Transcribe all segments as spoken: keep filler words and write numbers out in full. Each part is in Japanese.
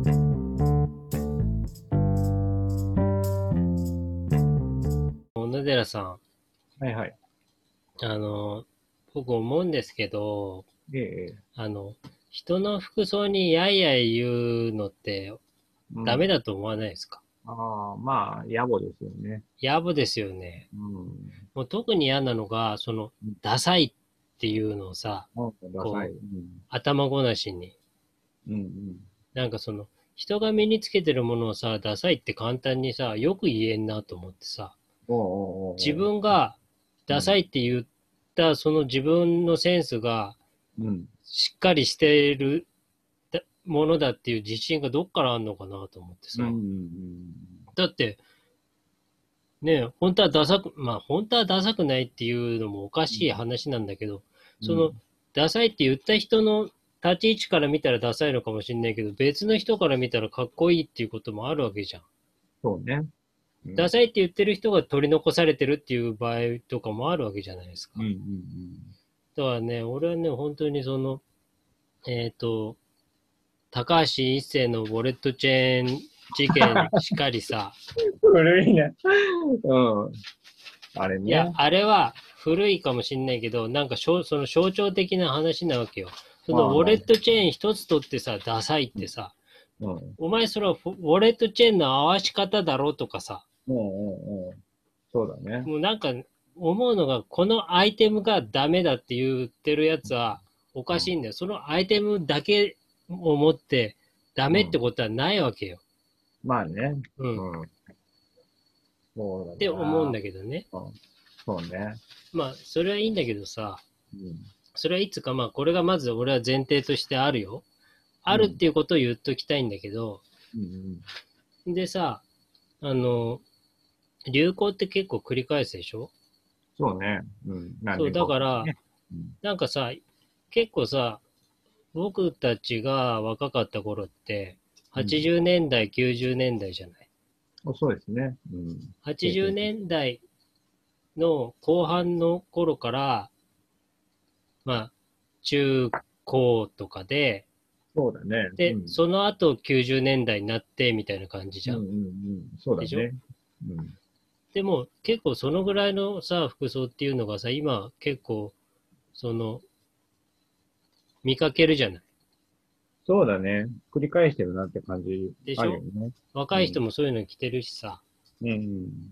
小野寺さん、 はいはい。 あの、僕思うんですけど、 ええ、 あの、人の服装にやいやい言うのってダメうん。 だと思わないですか？ ああ、まあ、野暮ですよね。 野暮ですよね。 うん。 もう特に嫌なのが、その、 うん。 ダサいっていうのをさ、 なんかダサい。 こう、 うん。 頭ごなしに、 うんうん。 なんかその、人が身につけてるものをさ、ダサいって簡単にさ、よく言えんなと思ってさ、 おうお自うおうおう。 分がダサうん。 いって言ったその自分のセンスがうん。 しっかりしているものだっていう自信がどっからあんのかなと思ってうん。うさ。 ん。 だってね、本当はダサく、まあ本当はダサくないっていうのもおかしい話なんだけど、そのうん。 ダサいって言った人の立ち位置から見たらダサいのかもしれないけど、別の人から見たらかっこいいっていうこともあるわけじゃん。 そうね。うん。 ダサいって言ってる人が取り残されてるっていう場合とかもあるわけじゃないですうん。うか。 ん。 だからね、俺はね、本当にその、えっと、高橋一生のウォレットチェーン事件しかりさ、 古いね。うん。あれいや、 ね。 あれは古いかもしんないけど、なんかしょその象徴的な話なわけよ。そのウォレまあまあ。 ットチェーン一つ取ってさ、ダサいっうん。 てさ、 うん。 お前それはウォレットチェーンの合わし方だろうとかさ、 うん。うん。うん。そうだね。 もうなんか思うのが、このアイテムがダメだって言ってるやつはおかしいんだよ。そのアイテムだけを持ってダメってうん。 ことはないわけよ。 まあね。 うん。っうん。そうだて思うんな。 だけどね。 うん。そうね。 まあ、それはいいんだけどさ、 うん。 それはいつか、まあ、これがまず俺は前提としてあるよ。あうん。 るっていうことを言っときたいんだけど、 うん。 でさ、あの、流行って結構繰り返すでしょ？ そうね。うん。何そう、 年かだから、 おきにね。うん。 なんかさ、結構さ、僕たちが若かった頃って、 うん。 はちじゅうねんだい、きゅうじゅうねんだいじゃない。 おそうですね。うん。経 80 験的。 年代の後半の頃から、まあ、中高とかで、 そうだね。うで、 ん。 その後きゅうじゅうねんだいになってみたいな感じじゃん。 うんうんうん。そうでしょ？ だね。うん。 でも結構そのぐらいのさ、服装っていうのがさ、今結構、その、見かけるじゃない。 そうだね。繰り返してるなって感じでしょ？ あるよね。う若い人ん。 もそういうの着てるしさ。 うん。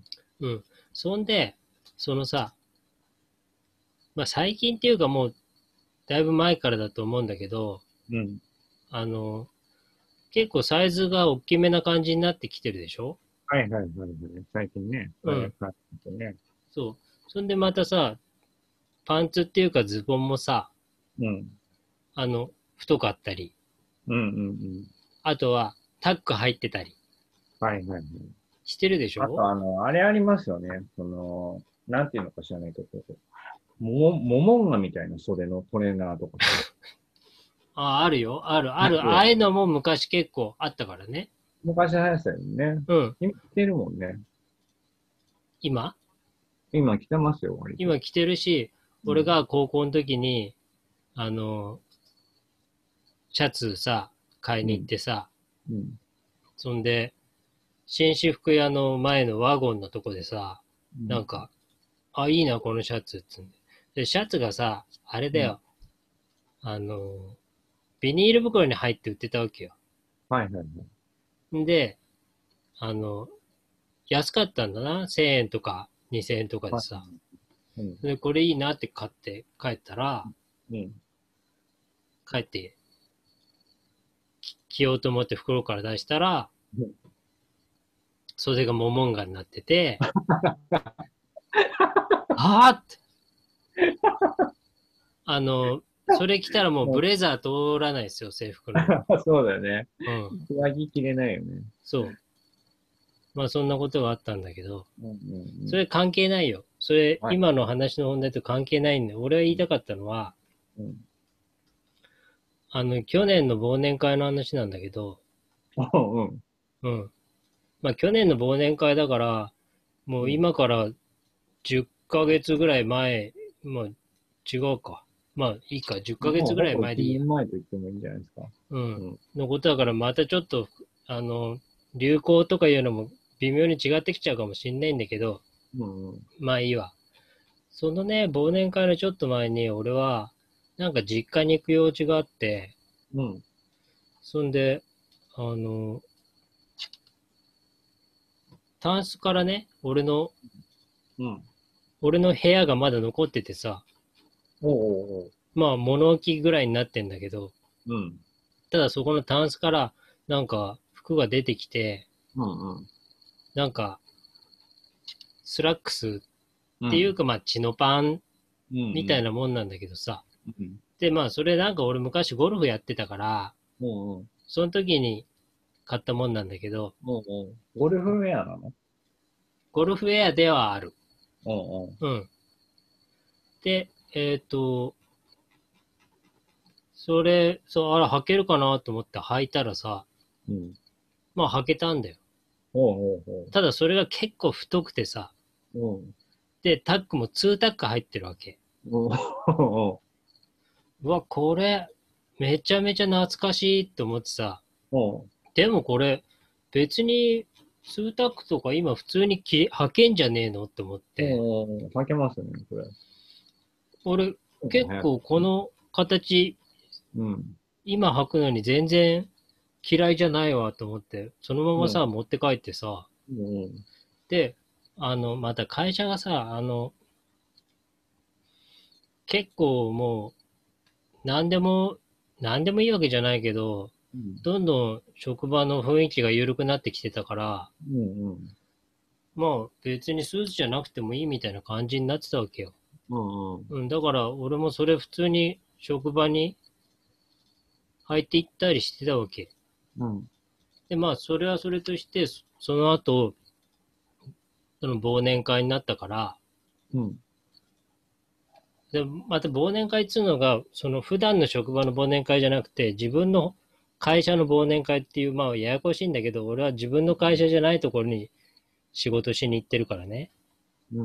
うん。そんで、そのさ、まあ最近っていうかもう、だいぶ前からだと思うんだけど、 うん。 あの、結構サイズが大きめな感じになってきてるでしょ？ はいはいはいはい。最近ね。 うん。 大学入ってね。 そう。そんでまたさ、パンツっていうかズボンもさ、 うん。 あの、太かったり、 うんうんうん。ああとはタック入ってたりはいはいはい。 してるでしょ？ あと、あの、あれありますよね。その、なんていうのか知らないけど、もも、モモンガみたいな袖のトレーナーとかさ。 あ、あるよ。ある、ある。ああるよ。 あいうのも昔結構あったからね。 昔流行ってたよね。 うん。 今着てるもんね。 今今着てますよ、割と。 今着てるし、俺うん。 が高校の時に、あの、シャツさ、買いに行っうん。 てさ、 うん。 そんで、紳士服屋の前のワゴンのとこでさ、 うん。 なんか、あ、いいな、このシャツっつんで。で、シャツがさ、あれだうん。 よ。あの、ビニール袋に入って売ってたわけよ。 はいはいはい。 んで、あの、安かったんだな。せんえんとかにせんえんとかではいさ。 はい。うん。 で、これいいなって買って帰ったら、 うん。 帰って着ようと思って袋から出したら、袖がモモンガになってて、はぁって、あの、それ着たらもうブレザー通らないですよ、制服の。 そうだよね。 うん。 上着着れないよね。 そう。まあそんなことがあったんだけど、 うんうんうん。 それ関係ないよ。それ、 はい。 今の話の本題と関係ないんで、俺は言いたかったのは、 うん。 あの、去年の忘年会の話なんだけど、 うんうん。 うん。まあ去年の忘年会だから、もううん。 今からじゅっかげつぐらい前、まあ違うか。まあいいか、10ヶ月ぐらいもうほぼ1 前でいいや。 年前と言ってもいいんじゃないですか。 うん。 うん。 のことだからまたちょっとあの、流行とかいうのも微妙に違ってきちゃうかもしんないんだけど、 うんうん。 まあいいわ。そのね、忘年会のちょっと前に、俺は、なんか実家に行く用事があって、 うん。 そんで、あの、タンスからね、俺の、 うん。 俺の部屋がまだ残っててさ、 おうおうおう。 まあ物置ぐらいになってんだけど、 うん。 ただそこのタンスからなんか服が出てきて、 うんうん。 なんかスラックスうん。 っていうかまあチノパンうんうみたいん。 なもんなんだけどさ。 うん。 でまあそれなんか俺昔ゴルフやってたから、 うんうん。 その時に買ったもんなんだけど、 うんうん。ゴルフウェアなの？ ゴルフウェアではある。 うんうん。 うん。で、えっと、それ、そう、あら、履けるかなと思って履いたらさ、 うん。 まあ履けたんだよ。 おうおうただそれが結構太くてさ、 おう。うん。 で、タックもツータック入ってるわけ。 おうおううわ、これ、めちゃめちゃ懐かしいって思ってさ、 おう。 でもこれ、別にツータックとか今普通に着履けんじゃねえのって思って、 おうおう。履けますね、これ。 俺うん流行っ結構この形、 うん。 今履くのに全然嫌いじゃないわと思って、そのままさ、 うん。 持って帰ってさ、 うん。 で、あの、また会社がさ、あの、結構もう、何でも、何でもいいわけじゃないけど、 うん。 どんどん職場の雰囲気が緩くなってきてたから、 うん。 まあ別にスーツじゃなくてもいいみたいな感じになってたわけよ。 うん。うん。 うん、だから俺もそれ普通に職場に入っていったりしてたわけ。 うん。 で、まあそれはそれとして、その後、その忘年会になったから、 うん。 で、また忘年会っつうのが、その普段の職場の忘年会じゃなくて、自分の会社の忘年会っていう、まあややこしいんだけど、俺は自分の会社じゃないところに仕事しに行ってるからね。 うん。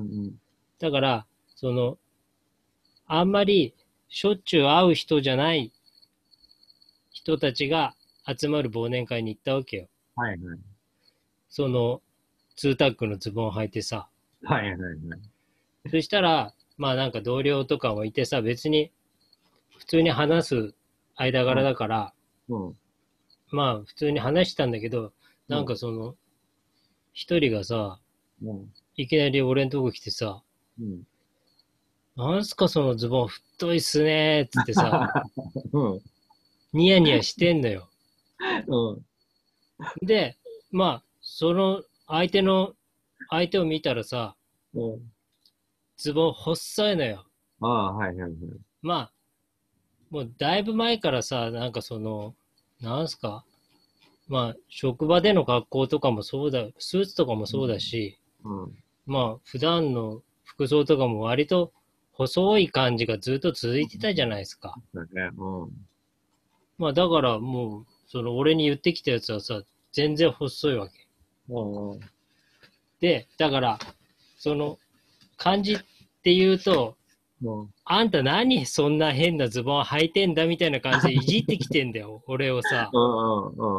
だから、その、あんまりしょっちゅう会う人じゃない人たちが集まる忘年会に行ったわけよ。 はいはい。 その、ツータックのズボンを履いてさ。 はいはいはい。 そしたら、まあなんか同僚とかもいてさ、別に普通に話す間柄だから、 うん。 まあ普通に話してたんだけど、なんうん。 かその、一人がさ、 うん。 いきなり俺んとこ来てさ、 うん。 なんすかそのズボン太いっすねーっつってさ、 うん。 ニヤニヤしてんのよ。 うん。 で、まあ、その相手の、相手を見たらさ、 うん。 ズボン細いのよ。 ああ、はいはいはい。 まあ、もうだいぶ前からさ、なんかその、なんすか、まあ、職場での格好とかもそうだ、スーツとかもそうだし、 うん。うん。 まあ、普段の服装とかも割と細い感じがずっと続いてたじゃないですか。 だね。うん。 まあ、だからもう、その俺に言ってきたやつはさ、全然細いわけ。 うん。 で、だから、その感じって言うと、 うん。 あんた何そんな変なズボン履いてんだみたいな感じでいじってきてんだよ、俺をさ。 うん。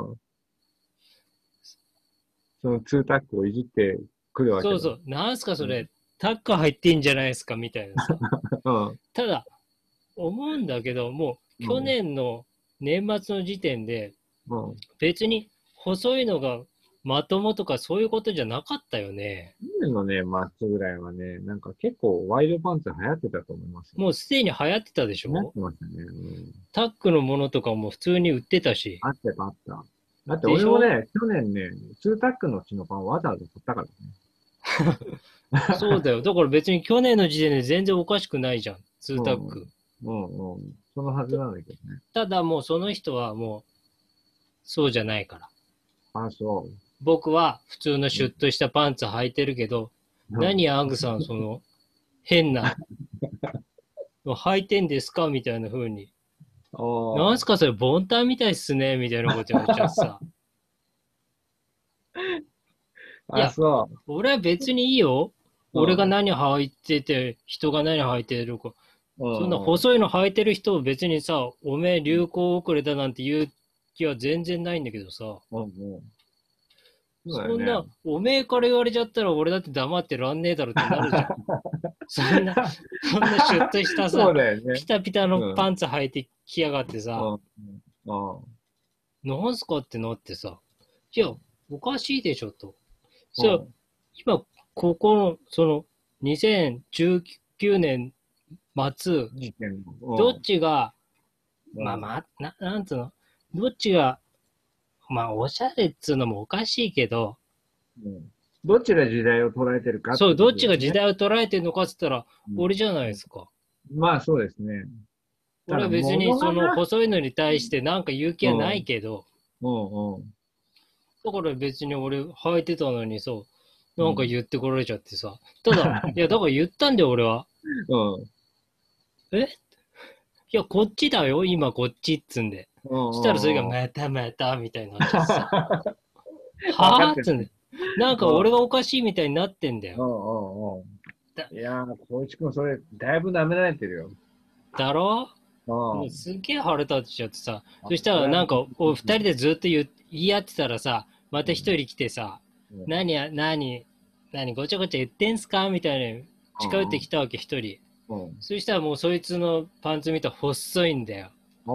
うん。そのツータックをいじってくるわけだ。 そうそう、なんすかそうん。 れ、タッカー入ってんじゃないですかみたいなさ。 うん。 ただ、思うんだけど、もう去うん。 年の年末の時点で、 うん。 別に細いのがまともとかそういうことじゃなかったよね。 去年のね、マッチぐらいはね、なんか結構ワイドパンツ流行ってたと思いますよ。 もうすでに流行ってたでし流行っょ？ てましたね。うん。 タックのものとかも普通に売ってたし。 あったよあった。だってでしょ？ 俺もね、去年ね、ツータックのチノパンわざわざ買ったからね。 そうだよ。だから別に去年の時点で全然おかしくないじゃん。ツーうん。 タック。 うんうん。そのはずなんだけどね。 ただもうその人はもうそうじゃないから。 あ、そ僕は普通のう。うん。 シュッとしたパンツ履いてるけど、 うん。 何アングさんその変なの履いてんですかみたいな風に。なんおー。 すかそれボンタンみたいっすねみたいなこと言われちゃってさ。いあ、 や、 そ俺は別にいいよ。 う。 俺がうん。 何履いてて、人が何履いてるか。 うそんなんうん。 細いの履いてる人を別にさ、おめえ流行遅れだなんて言ういや、全然ないんだけどさ。 うんうん。そうだよね。 そんな、おめえから言われちゃったら俺だって黙ってらんねえだろってなるじゃん。そんな、そんなシュッとしたそうさ、 だよね。 ピタピタのうん。 パンツ履いてきやがってさ、 うん。うん。 なんすかってなってさ、いや、おかしいでしょと。そう、 うん。 今、ここの、その、にせんじゅうきゅうねん末、 事件どっの。 ちが、 うん。うん。 まあまあ、な、なんつうの、どっちが、まあ、おしゃれっつうのもおかしいけど、 うん、どちら時代を捉えてるかっそう、 てどっちがことだよね。 時代を捉えてるのかっつったら、 うん。 俺じゃないうん、 ですか。 まあそうですね。た俺はだ、 別にそ物がな、 の細いのに対してなんか言う気はなうん。 いけど、 うん。うん。 だから別に俺履いてたのにさ、なんかうん。 言ってこられちゃってさ。ただ、いや、だから言ったんだよ、俺は。 うん。 えいや、こっちだよ、今こっちっつんで。 うそしたらそれがん。うん。 またまたみたいになっちゃってさ。 分かはぁっつんで。 ってる。 なんかうん。 俺がおかしいみたいになってんだよ。 うん。うん。 だ、 いやー、光一君、それ、だいぶ舐められてるよ。 だろうん。 もうすっげえ腹立っちゃってさ。 あ、 そしたそれはね、 らなんか、お二人でずっと言う言い合ってたらさ、また一うん。 人来てさ、 うん。 何や、何、何、ごちゃごちゃ言ってんすかみたいな、近寄ってきたわけ、一人。 うん。うん。 そしたらもうそいつのパンツ見たら細いんだよ。 うん。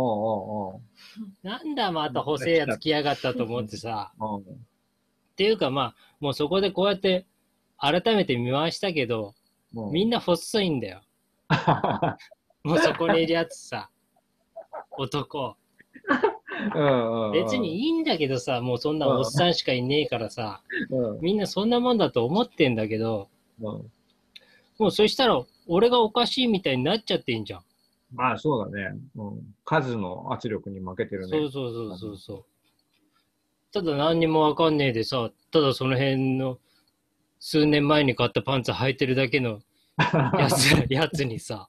うん。 なんだまたま細いやつた来た。 来やがったとうん。 思ってさ。 うん。 っていうかまあ、もうそこでこうやって改めて見回したけど、 うん。 みんな細いんだよ。もうそこにいるやつさ、男。 うん。うん。 別にいいんだけどさ、もうそんなおっさんしかいねえからさ、 うん。 みんなそんなもんだと思ってんだけど、 うん。 もうそしたら俺がおかしいみたいになっちゃってんじゃん。 まあ、そうだね。うん。数の圧力に負けてるね。 そうそうそううん。 そうそう。ただ何にもわかんねえでさ、ただその辺の数年前に買ったパンツ履いてるだけのやつ、やつにさ、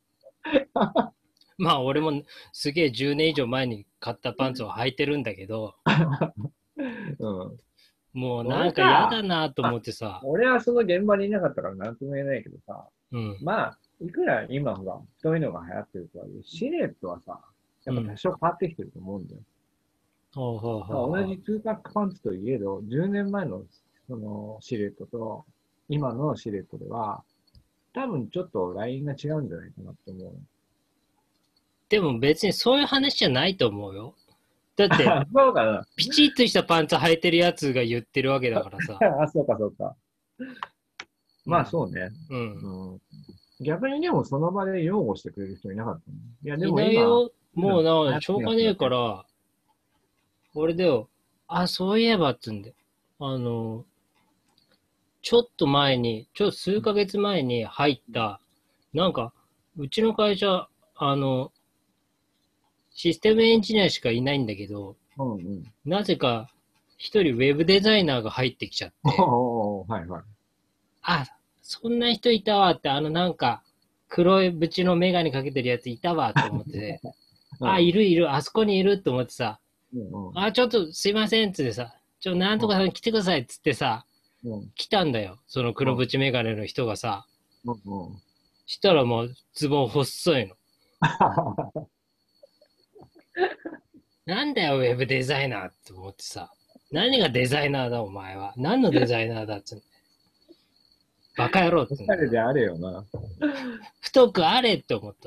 まあ俺もすげえじゅうねん以上前に買ったパンツを履いてるんだけど、 うん。 もうそれなんか嫌だか、 なとまあ、 思ってさ、 俺はその現場にいなかったから何とも言えないけどさ、 うん、 まあ、いくら今ほら、太いのが流行ってるとはいえ、シルエットはさ、やっぱ多うん。 少変わってきてると思うんだよ。 ほうほうだから同ほうほじツーパックパンツといえど、じゅうねんまえのそのシルエットと今のシルエットでは、多分ちょっとラインが違うんじゃないかなと思う。 でも別にそういう話じゃないと思うよ。だって、 そうかな。 ピチッとしたパンツ履いてるやつが言ってるわけだからさ。 あ、そうか、そうか。まあ、 うん。 そうね。 うん。 うん。逆にでもその場で擁護してくれる人いなかったの？いや、でいも今、 ないよ。もうな、 流行ってしょうがねえるやつだけ。 から、俺だよ。あ、そういえばっつんで。あの、ちょっと前に、ちょっと数ヶ月前に入った、なんか、うちの会社、あの、システムエンジニアしかいないんだけど、 うんうん。 なぜか一人ウェブデザイナーが入ってきちゃって、 おー、はいはい。 あ、そんな人いたわって、あのなんか、黒い縁のメガネかけてるやついたわと思って、あ、いうん。 るいる、あそこにいると思ってさ、 うんうん。 あ、ちょっとすいませんっつってさ、ちょ、なんとかさん来てくださいっつってさ、 うん。 来たんだよ。その黒うん。 縁メガネの人がさ、 うん。うん。 したらもうズボン細いの。なんだよ、ウェブデザイナーって思ってさ、何がデザイナーだお前は。何のデザイナーだっつうの。バカ野郎っおしつうんだよ。 ゃれであれよな。 太くあれって思った。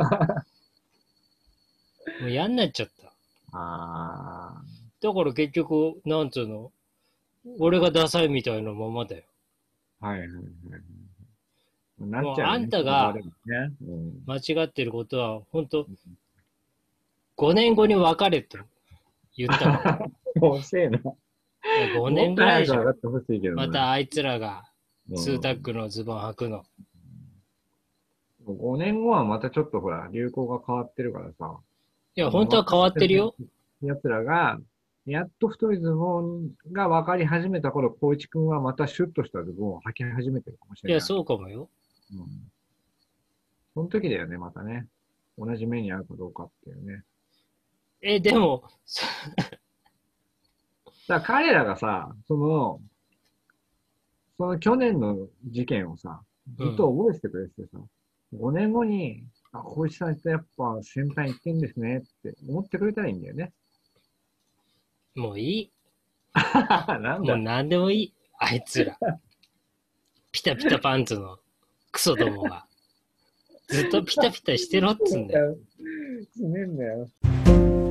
もう嫌になっちゃった。 あだから結局、なんつうの、俺がダサいみたいなままだよ。 あ、はいはいはい。なっもうあんちゃうよね、その場たがでもね。うん。 間違ってることは、本当ごねんごに別れって言ったから。い遅えな。 や、5 もっと年ぐらいじゃん。 早く上がってほしいけどね。 またあいつらがうツータッん。 クのズボン履くの。 ごねんごはまたちょっとほら、流行が変わってるからさ、 いや、 その本当は変わ若手のってるよ。 奴らが、やっと太いズボンが分かり始めた頃、光一君はまたシュッとしたズボンを履き始めてるかもしいや、 れない。 そうかもよ。 うん。その時だよね、またね。同じ目に遭うかどうかっていうね。 え、でも、 だから彼らがさ、その、その去年の事件をさ、ずっとうん。 覚えててくれててさ、ごねんごに、あ、光一さんってやっぱ先輩行ってんですねって思ってくれたらいいんだよね。 もういい。 なんだもう何でもいい。あいつら。ピタピタパンツのクソどもが。ずっとピタピタしてろっつうんだよ。 死ねんだよ。